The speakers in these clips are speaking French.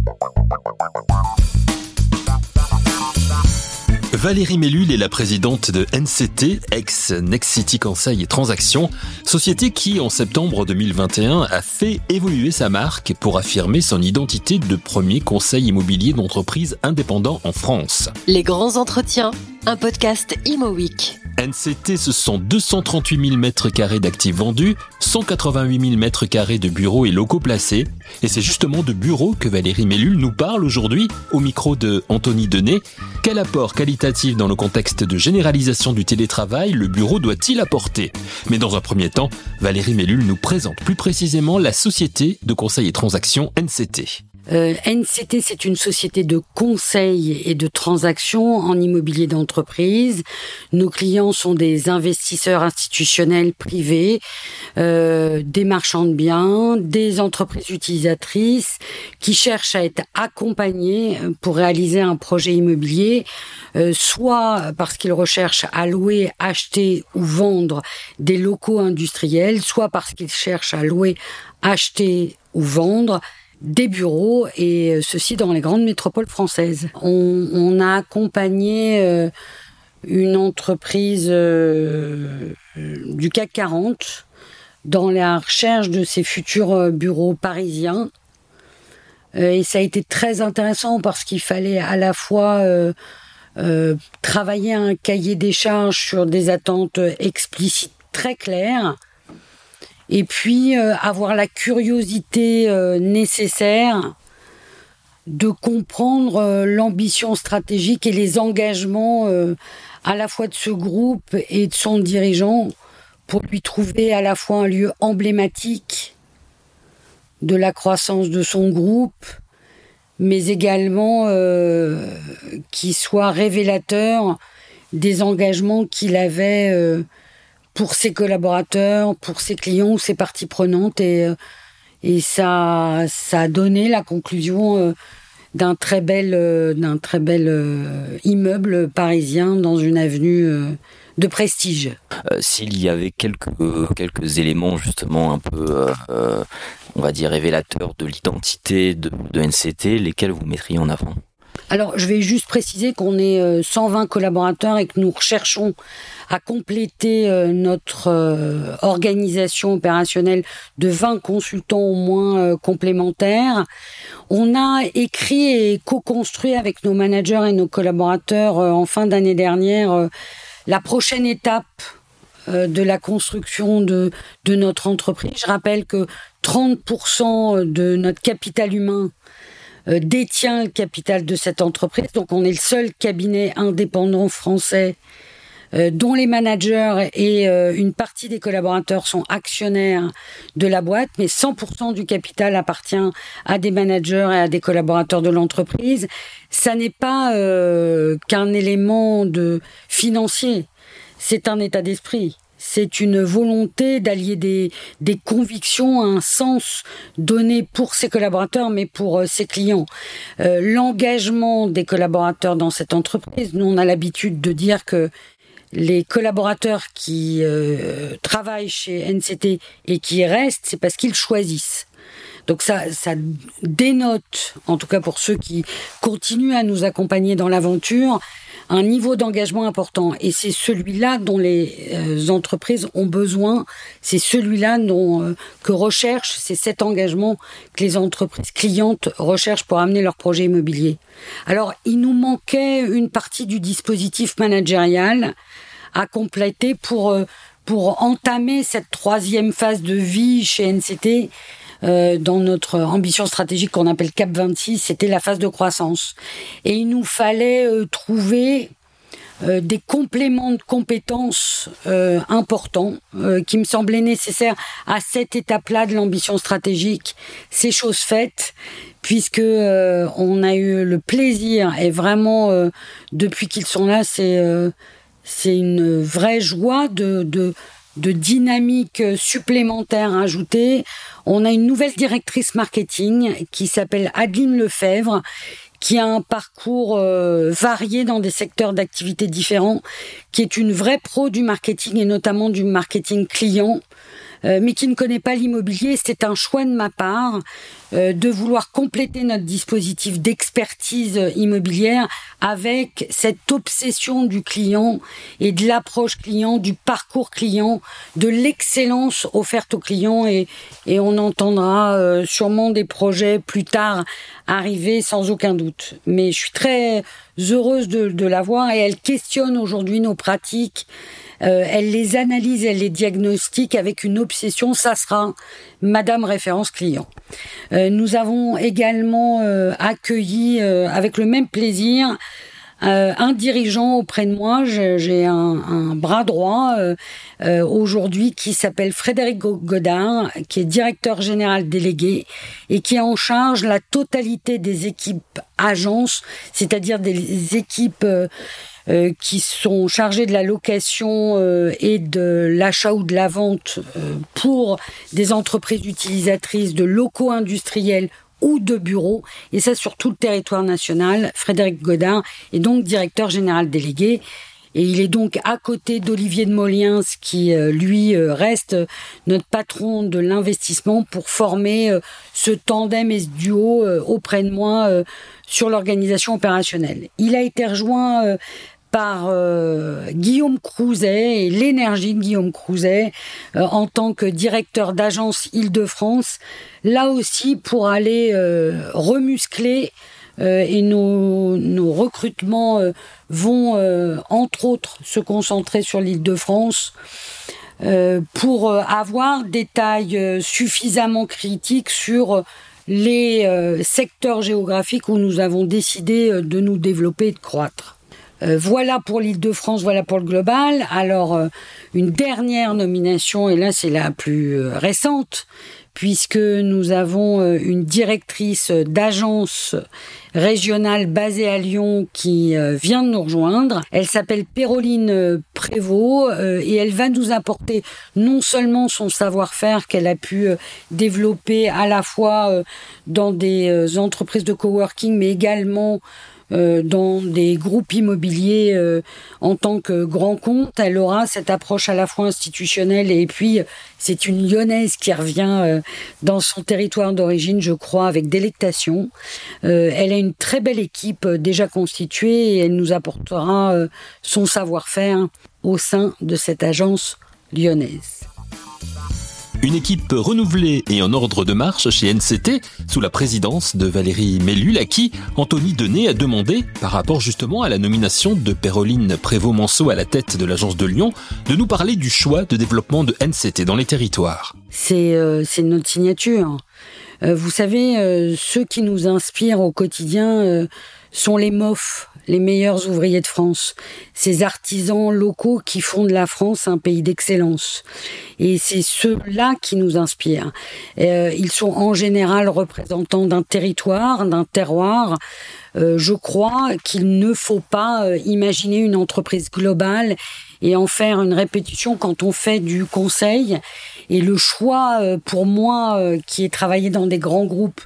Valérie Mellul est la présidente de NCT, ex-Next City Conseil et Transactions, société qui, en septembre 2021, a fait évoluer sa marque pour affirmer son identité de premier conseil immobilier d'entreprise indépendant en France. Les grands entretiens, un podcast Imo Week. NCT, ce sont 238 000 m² d'actifs vendus, 188 000 m² de bureaux et locaux placés. Et c'est justement de bureaux que Valérie Mellul nous parle aujourd'hui, au micro de Anthony Denet. Quel apport qualitatif dans le contexte de généralisation du télétravail le bureau doit-il apporter ? Mais dans un premier temps, Valérie Mellul nous présente plus précisément la société de conseil et transactions NCT. NCT, c'est une société de conseil et de transactions en immobilier d'entreprise. Nos clients sont des investisseurs institutionnels privés, des marchands de biens, des entreprises utilisatrices qui cherchent à être accompagnés pour réaliser un projet immobilier, soit parce qu'ils recherchent à louer, acheter ou vendre des locaux industriels, soit parce qu'ils cherchent à louer, acheter ou vendre des bureaux, et ceci dans les grandes métropoles françaises. On a accompagné une entreprise du CAC 40 dans la recherche de ses futurs bureaux parisiens. Et ça a été très intéressant parce qu'il fallait à la fois travailler un cahier des charges sur des attentes explicites très claires, et puis avoir la curiosité nécessaire de comprendre l'ambition stratégique et les engagements à la fois de ce groupe et de son dirigeant pour lui trouver à la fois un lieu emblématique de la croissance de son groupe, mais également qui soit révélateur des engagements qu'il avait pour ses collaborateurs, pour ses clients ou ses parties prenantes, et ça a donné la conclusion d'un très bel immeuble parisien dans une avenue de prestige. S'il y avait quelques éléments justement un peu, on va dire, révélateurs de l'identité de NCT, lesquels vous mettriez en avant ? Alors, je vais juste préciser qu'on est 120 collaborateurs et que nous recherchons à compléter notre organisation opérationnelle de 20 consultants au moins complémentaires. On a écrit et co-construit avec nos managers et nos collaborateurs en fin d'année dernière la prochaine étape de la construction de notre entreprise. Je rappelle que 30% de notre capital humain détient le capital de cette entreprise. Donc, on est le seul cabinet indépendant français dont les managers et une partie des collaborateurs sont actionnaires de la boîte, mais 100% du capital appartient à des managers et à des collaborateurs de l'entreprise. Ça n'est pas qu'un élément financier, c'est un état d'esprit. C'est une volonté d'allier des convictions, un sens donné pour ses collaborateurs, mais pour ses clients. L'engagement des collaborateurs dans cette entreprise, nous on a l'habitude de dire que les collaborateurs qui travaillent chez NCT et qui restent, c'est parce qu'ils choisissent. Donc ça dénote, en tout cas pour ceux qui continuent à nous accompagner dans l'aventure, un niveau d'engagement important. Et c'est celui-là dont les entreprises ont besoin, c'est celui-là que recherchent, c'est cet engagement que les entreprises clientes recherchent pour amener leur projet immobilier. Alors, il nous manquait une partie du dispositif managérial à compléter pour entamer cette troisième phase de vie chez NCT. Dans notre ambition stratégique qu'on appelle CAP 26, c'était la phase de croissance. Et il nous fallait trouver des compléments de compétences importants qui me semblaient nécessaires à cette étape-là de l'ambition stratégique. C'est chose faite, puisque on a eu le plaisir, et vraiment depuis qu'ils sont là, c'est une vraie joie de dynamique supplémentaire ajoutée. On a une nouvelle directrice marketing qui s'appelle Adeline Lefebvre, qui a un parcours varié dans des secteurs d'activité différents, qui est une vraie pro du marketing et notamment du marketing client. mais qui ne connaît pas l'immobilier. C'est un choix de ma part de vouloir compléter notre dispositif d'expertise immobilière avec cette obsession du client et de l'approche client, du parcours client, de l'excellence offerte au client, et on entendra sûrement des projets plus tard arriver sans aucun doute. Mais je suis très heureuse de la voir, et elle questionne aujourd'hui nos pratiques. Elle les analyse, elle les diagnostique avec une obsession. Ça sera Madame Référence Client. Nous avons également accueilli avec le même plaisir un dirigeant auprès de moi. J'ai un bras droit aujourd'hui qui s'appelle Frédéric Godard, qui est directeur général délégué et qui a en charge la totalité des équipes agences, c'est-à-dire des équipes qui sont chargés de la location et de l'achat ou de la vente pour des entreprises utilisatrices de locaux industriels ou de bureaux, et ça sur tout le territoire national. Frédéric Godard est donc directeur général délégué, et il est donc à côté d'Olivier de Moliens, qui lui reste notre patron de l'investissement pour former ce tandem et ce duo auprès de moi sur l'organisation opérationnelle. Il a été rejoint par Guillaume Crouzet et l'énergie de Guillaume Crouzet en tant que directeur d'agence Île-de-France, là aussi pour aller remuscler et nos recrutements vont entre autres se concentrer sur l'Île-de-France pour avoir des tailles suffisamment critiques sur les secteurs géographiques où nous avons décidé de nous développer et de croître. Voilà pour l'Île-de-France, voilà pour le global. Alors, une dernière nomination, et là c'est la plus récente, puisque nous avons une directrice d'agence régionale basée à Lyon qui vient de nous rejoindre. Elle s'appelle Péroline Prévost et elle va nous apporter non seulement son savoir-faire qu'elle a pu développer à la fois dans des entreprises de coworking, mais également dans des groupes immobiliers en tant que grand compte. Elle aura cette approche à la fois institutionnelle, et puis c'est une Lyonnaise qui revient dans son territoire d'origine, je crois, avec délectation. Elle a une très belle équipe déjà constituée, et elle nous apportera son savoir-faire au sein de cette agence lyonnaise. Une équipe renouvelée et en ordre de marche chez NCT, sous la présidence de Valérie Mellul, à qui Anthony Denet a demandé, par rapport justement à la nomination de Péroline Prévost-Manceau à la tête de l'agence de Lyon, de nous parler du choix de développement de NCT dans les territoires. C'est notre signature. Vous savez, ceux qui nous inspirent au quotidien sont les MOF, les meilleurs ouvriers de France. Ces artisans locaux qui font de la France un pays d'excellence. Et c'est ceux-là qui nous inspirent. Ils sont en général représentants d'un territoire, d'un terroir. Je crois qu'il ne faut pas imaginer une entreprise globale et en faire une répétition quand on fait du conseil. Et le choix, pour moi, qui ai travaillé dans des grands groupes,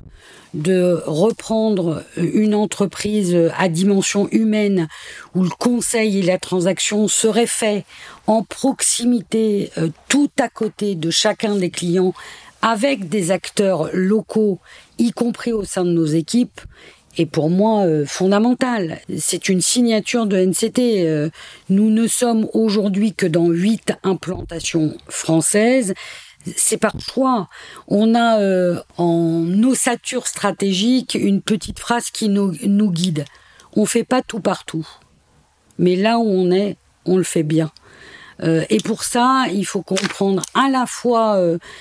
de reprendre une entreprise à dimension humaine où le conseil et la transaction seraient faits en proximité, tout à côté de chacun des clients, avec des acteurs locaux, y compris au sein de nos équipes, est pour moi fondamental. C'est une signature de NCT. Nous ne sommes aujourd'hui que dans 8 implantations françaises. C'est par choix. On a en ossature stratégique une petite phrase qui nous guide. On fait pas tout partout. Mais là où on le fait bien. Et pour ça, il faut comprendre à la fois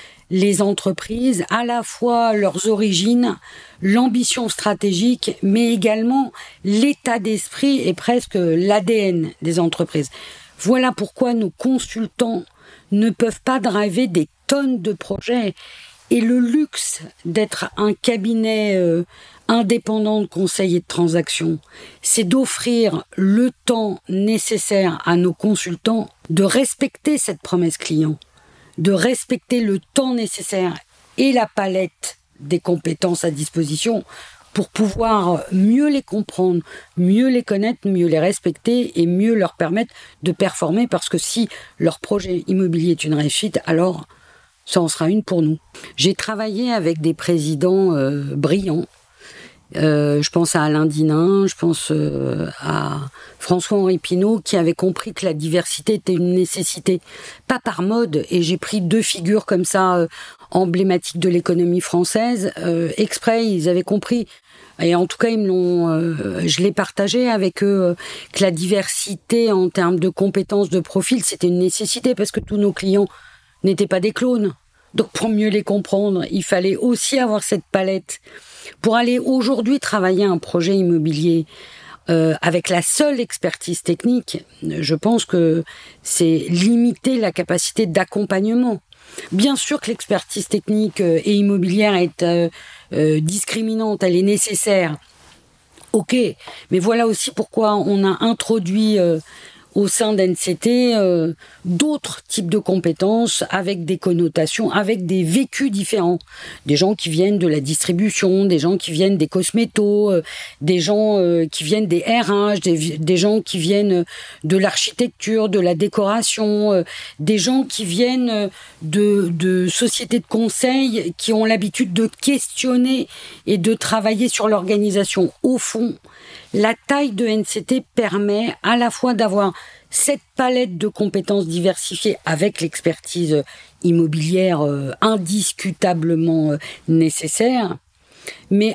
les entreprises, à la fois leurs origines, l'ambition stratégique, mais également l'état d'esprit et presque l'ADN des entreprises. Voilà pourquoi nos consultants ne peuvent pas driver des tonnes de projets. Et le luxe d'être un cabinet indépendant de conseil et de transaction, c'est d'offrir le temps nécessaire à nos consultants de respecter cette promesse client, de respecter le temps nécessaire et la palette des compétences à disposition pour pouvoir mieux les comprendre, mieux les connaître, mieux les respecter et mieux leur permettre de performer, parce que si leur projet immobilier est une réussite, alors Ça en sera une pour nous. J'ai travaillé avec des présidents brillants. Je pense à Alain Dinin, je pense à François-Henri Pinault, qui avait compris que la diversité était une nécessité, pas par mode. Et j'ai pris 2 figures comme ça, emblématiques de l'économie française. Exprès, ils avaient compris, et en tout cas, je l'ai partagé avec eux, que la diversité en termes de compétences, de profil, c'était une nécessité, parce que tous nos clients n'étaient pas des clones. Donc pour mieux les comprendre, il fallait aussi avoir cette palette. Pour aller aujourd'hui travailler un projet immobilier avec la seule expertise technique, je pense que c'est limiter la capacité d'accompagnement. Bien sûr que l'expertise technique et immobilière est discriminante, elle est nécessaire. Ok, mais voilà aussi pourquoi on a introduit au sein d'NCT d'autres types de compétences avec des connotations, avec des vécus différents. Des gens qui viennent de la distribution, des gens qui viennent des cosmétos, des gens qui viennent des RH, des gens qui viennent de l'architecture, de la décoration, des gens qui viennent de sociétés de conseil qui ont l'habitude de questionner et de travailler sur l'organisation. Au fond, la taille de NCT permet à la fois d'avoir cette palette de compétences diversifiées avec l'expertise immobilière indiscutablement nécessaire, mais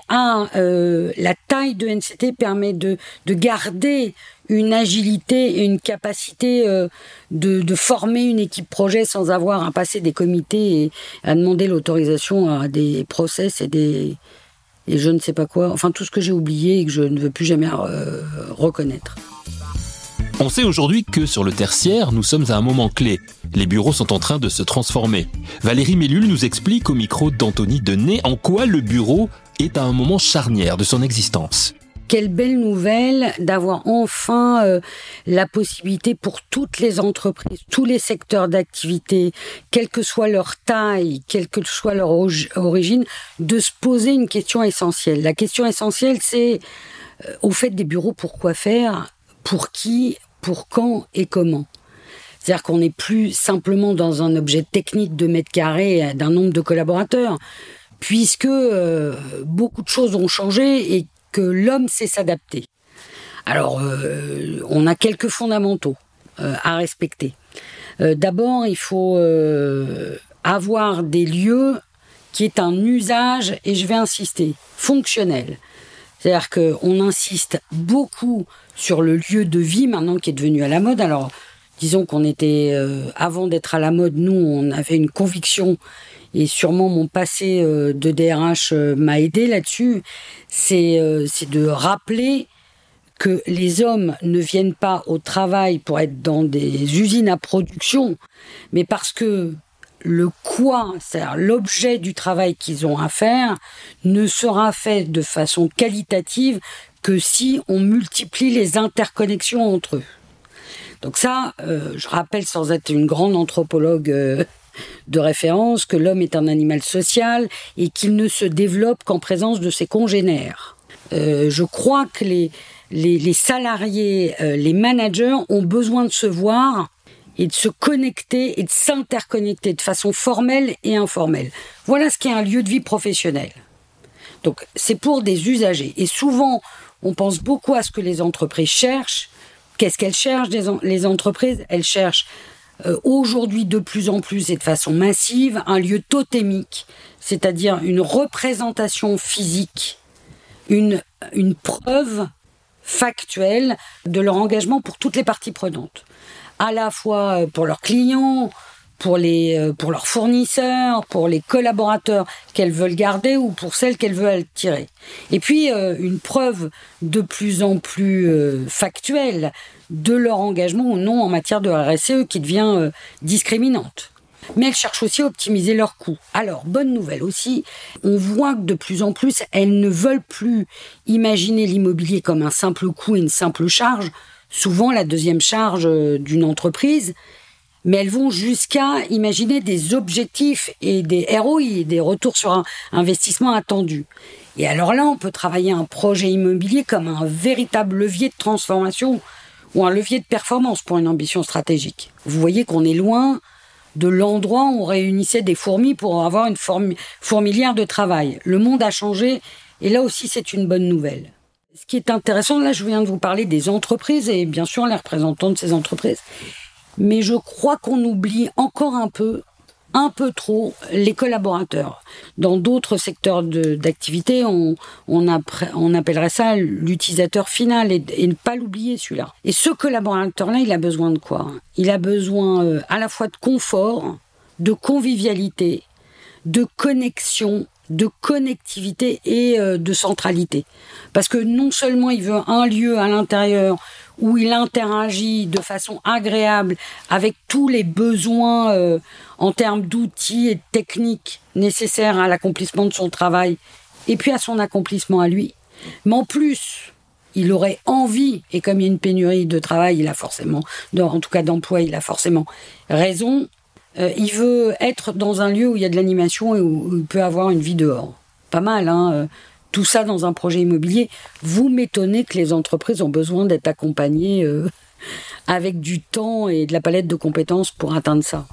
la taille de NCT permet de garder une agilité et une capacité de former une équipe projet sans avoir à passer des comités et à demander l'autorisation à des process et je ne sais pas quoi, enfin tout ce que j'ai oublié et que je ne veux plus jamais reconnaître. On sait aujourd'hui que sur le tertiaire, nous sommes à un moment clé. Les bureaux sont en train de se transformer. Valérie Mellul nous explique au micro d'Anthony Denay en quoi le bureau est à un moment charnière de son existence. Quelle belle nouvelle d'avoir enfin la possibilité pour toutes les entreprises, tous les secteurs d'activité, quelle que soit leur taille, quelle que soit leur origine, de se poser une question essentielle. La question essentielle, c'est au fait des bureaux, pourquoi faire, pour qui, pour quand et comment. C'est-à-dire qu'on n'est plus simplement dans un objet technique de mètres carrés d'un nombre de collaborateurs, puisque beaucoup de choses ont changé et que l'homme sait s'adapter. Alors, on a quelques fondamentaux à respecter. D'abord, il faut avoir des lieux qui est un usage, et je vais insister, fonctionnel. C'est-à-dire qu'on insiste beaucoup sur le lieu de vie maintenant qui est devenu à la mode. Alors, disons qu'on était, avant d'être à la mode, nous, on avait une conviction, et sûrement mon passé de DRH m'a aidé là-dessus, c'est de rappeler que les hommes ne viennent pas au travail pour être dans des usines à production, mais parce que le quoi, c'est-à-dire l'objet du travail qu'ils ont à faire, ne sera fait de façon qualitative que si on multiplie les interconnexions entre eux. Donc ça, je rappelle sans être une grande anthropologue de référence, que l'homme est un animal social et qu'il ne se développe qu'en présence de ses congénères. Je crois que les salariés, les managers ont besoin de se voir et de se connecter et de s'interconnecter de façon formelle et informelle. Voilà ce qu'est un lieu de vie professionnel. Donc c'est pour des usagers. Et souvent, on pense beaucoup à ce que les entreprises cherchent. Qu'est-ce qu'elles cherchent, les entreprises ? Elles cherchent aujourd'hui de plus en plus et de façon massive un lieu totémique, c'est-à-dire une représentation physique, une preuve factuelle de leur engagement pour toutes les parties prenantes, à la fois pour leurs clients, pour leurs fournisseurs, pour les collaborateurs qu'elles veulent garder ou pour celles qu'elles veulent attirer. Et puis une preuve de plus en plus factuelle de leur engagement ou non en matière de RSE qui devient discriminante. Mais elles cherchent aussi à optimiser leurs coûts. Alors, bonne nouvelle aussi, on voit que de plus en plus, elles ne veulent plus imaginer l'immobilier comme un simple coût et une simple charge, souvent la deuxième charge d'une entreprise, mais elles vont jusqu'à imaginer des objectifs et des ROI, des retours sur investissement attendus. Et alors là, on peut travailler un projet immobilier comme un véritable levier de transformation ou un levier de performance pour une ambition stratégique. Vous voyez qu'on est loin de l'endroit où on réunissait des fourmis pour avoir une fourmilière de travail. Le monde a changé et là aussi c'est une bonne nouvelle. Ce qui est intéressant, là je viens de vous parler des entreprises et bien sûr les représentants de ces entreprises, mais je crois qu'on oublie encore un peu trop les collaborateurs. Dans d'autres secteurs d'activité, on appellerait ça l'utilisateur final et ne pas l'oublier celui-là. Et ce collaborateur-là, il a besoin de quoi ? Il a besoin à la fois de confort, de convivialité, de connexion, de connectivité et de centralité. Parce que non seulement il veut un lieu à l'intérieur où il interagit de façon agréable avec tous les besoins en termes d'outils et de techniques nécessaires à l'accomplissement de son travail et puis à son accomplissement à lui. Mais en plus, il aurait envie, et comme il y a une pénurie de travail, il a forcément, en tout cas d'emploi, il a forcément raison. Il veut être dans un lieu où il y a de l'animation et où il peut avoir une vie dehors. Pas mal, hein. Tout ça dans un projet immobilier. Vous m'étonnez que les entreprises ont besoin d'être accompagnées avec du temps et de la palette de compétences pour atteindre ça.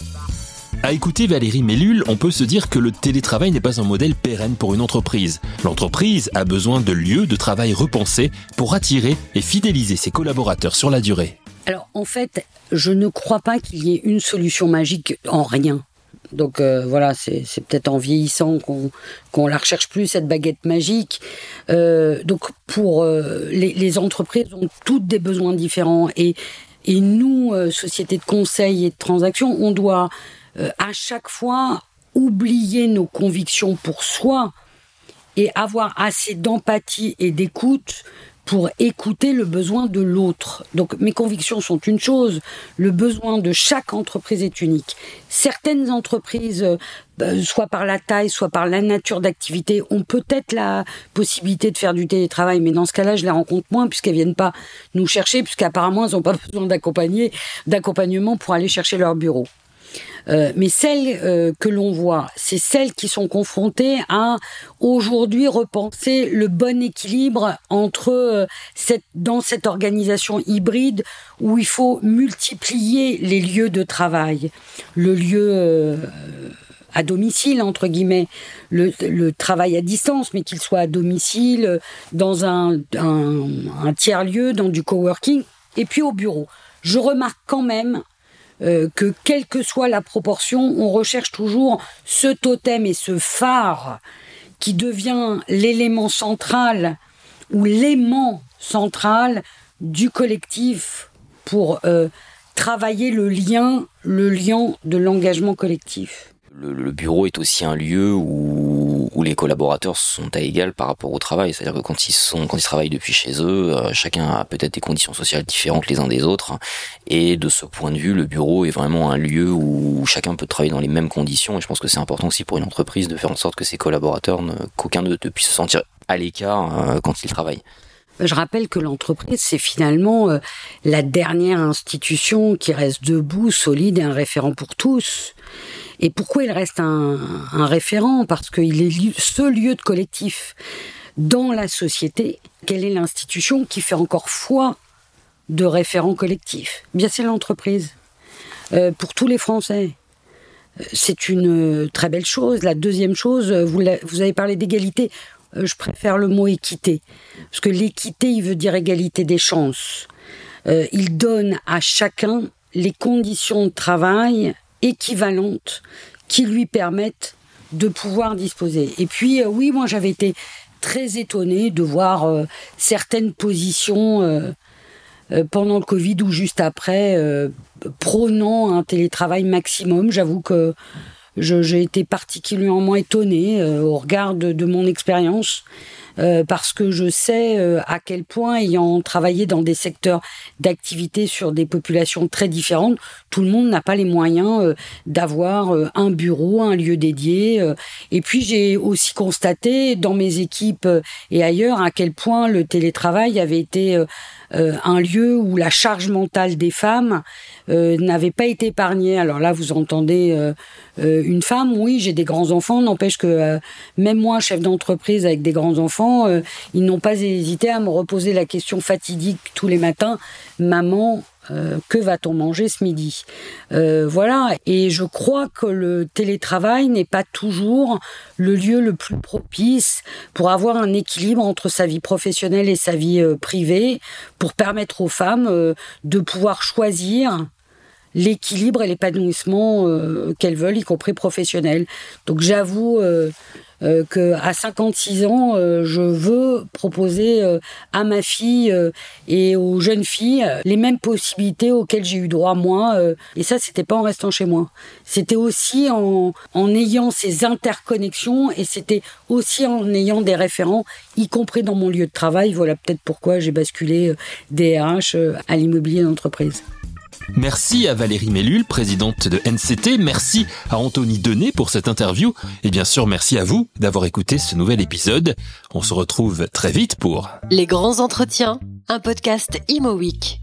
À écouter Valérie Mellul, on peut se dire que le télétravail n'est pas un modèle pérenne pour une entreprise. L'entreprise a besoin de lieux de travail repensés pour attirer et fidéliser ses collaborateurs sur la durée. Alors, en fait, je ne crois pas qu'il y ait une solution magique en rien. Donc voilà, c'est peut-être en vieillissant qu'on la recherche plus, cette baguette magique. Donc pour les entreprises ont toutes des besoins différents et nous, sociétés de conseil et de transaction, on doit à chaque fois oublier nos convictions pour soi et avoir assez d'empathie et d'écoute pour écouter le besoin de l'autre. Donc mes convictions sont une chose, le besoin de chaque entreprise est unique. Certaines entreprises, soit par la taille, soit par la nature d'activité, ont peut-être la possibilité de faire du télétravail, mais dans ce cas-là, je les rencontre moins puisqu'elles viennent pas nous chercher, puisqu'apparemment, elles n'ont pas besoin d'accompagnement pour aller chercher leur bureau. Mais celles que l'on voit, c'est celles qui sont confrontées à aujourd'hui repenser le bon équilibre entre dans cette organisation hybride où il faut multiplier les lieux de travail, le lieu à domicile entre guillemets, le travail à distance, mais qu'il soit à domicile, dans un tiers-lieu, dans du coworking, et puis au bureau. Je remarque quand même que quelle que soit la proportion, on recherche toujours ce totem et ce phare qui devient l'élément central ou l'aimant central du collectif pour travailler le lien de l'engagement collectif. Le bureau est aussi un lieu où les collaborateurs sont à égal par rapport au travail. C'est-à-dire que quand ils travaillent depuis chez eux, chacun a peut-être des conditions sociales différentes les uns des autres. Et de ce point de vue, le bureau est vraiment un lieu où chacun peut travailler dans les mêmes conditions. Et je pense que c'est important aussi pour une entreprise de faire en sorte que ses collaborateurs, qu'aucun d'eux ne puisse se sentir à l'écart quand ils travaillent. Je rappelle que l'entreprise, c'est finalement la dernière institution qui reste debout, solide et un référent pour tous. Et pourquoi il reste un référent ? Parce qu'il est ce lieu de collectif dans la société. Quelle est l'institution qui fait encore foi de référent collectif ? Bien, c'est l'entreprise. Pour tous les Français. C'est une très belle chose. La deuxième chose, vous avez parlé d'égalité. Je préfère le mot équité. Parce que l'équité, il veut dire égalité des chances. Il donne à chacun les conditions de travail équivalentes qui lui permettent de pouvoir disposer. Et puis, oui, moi, j'avais été très étonnée de voir certaines positions pendant le Covid ou juste après, prônant un télétravail maximum. J'avoue que j'ai été particulièrement étonnée au regard de mon expérience, parce que je sais à quel point, ayant travaillé dans des secteurs d'activité sur des populations très différentes, tout le monde n'a pas les moyens d'avoir un bureau, un lieu dédié. Et puis j'ai aussi constaté dans mes équipes et ailleurs à quel point le télétravail avait été un lieu où la charge mentale des femmes n'avait pas été épargnée. Alors là, vous entendez une femme, oui, j'ai des grands-enfants, n'empêche que même moi, chef d'entreprise avec des grands-enfants, enfants, ils n'ont pas hésité à me reposer la question fatidique tous les matins, maman, que va-t-on manger ce midi ? Voilà, et je crois que le télétravail n'est pas toujours le lieu le plus propice pour avoir un équilibre entre sa vie professionnelle et sa vie privée, pour permettre aux femmes de pouvoir choisir l'équilibre et l'épanouissement qu'elles veulent, y compris professionnel. Donc j'avoue qu'à 56 ans, je veux proposer à ma fille et aux jeunes filles les mêmes possibilités auxquelles j'ai eu droit moi. Et ça, c'était pas en restant chez moi. C'était aussi en ayant ces interconnexions, et c'était aussi en ayant des référents, y compris dans mon lieu de travail. Voilà peut-être pourquoi j'ai basculé DRH à l'immobilier d'entreprise. Merci à Valérie Mellul, présidente de NCT. Merci à Anthony Denet pour cette interview. Et bien sûr, merci à vous d'avoir écouté ce nouvel épisode. On se retrouve très vite pour Les grands entretiens, un podcast Imo Week.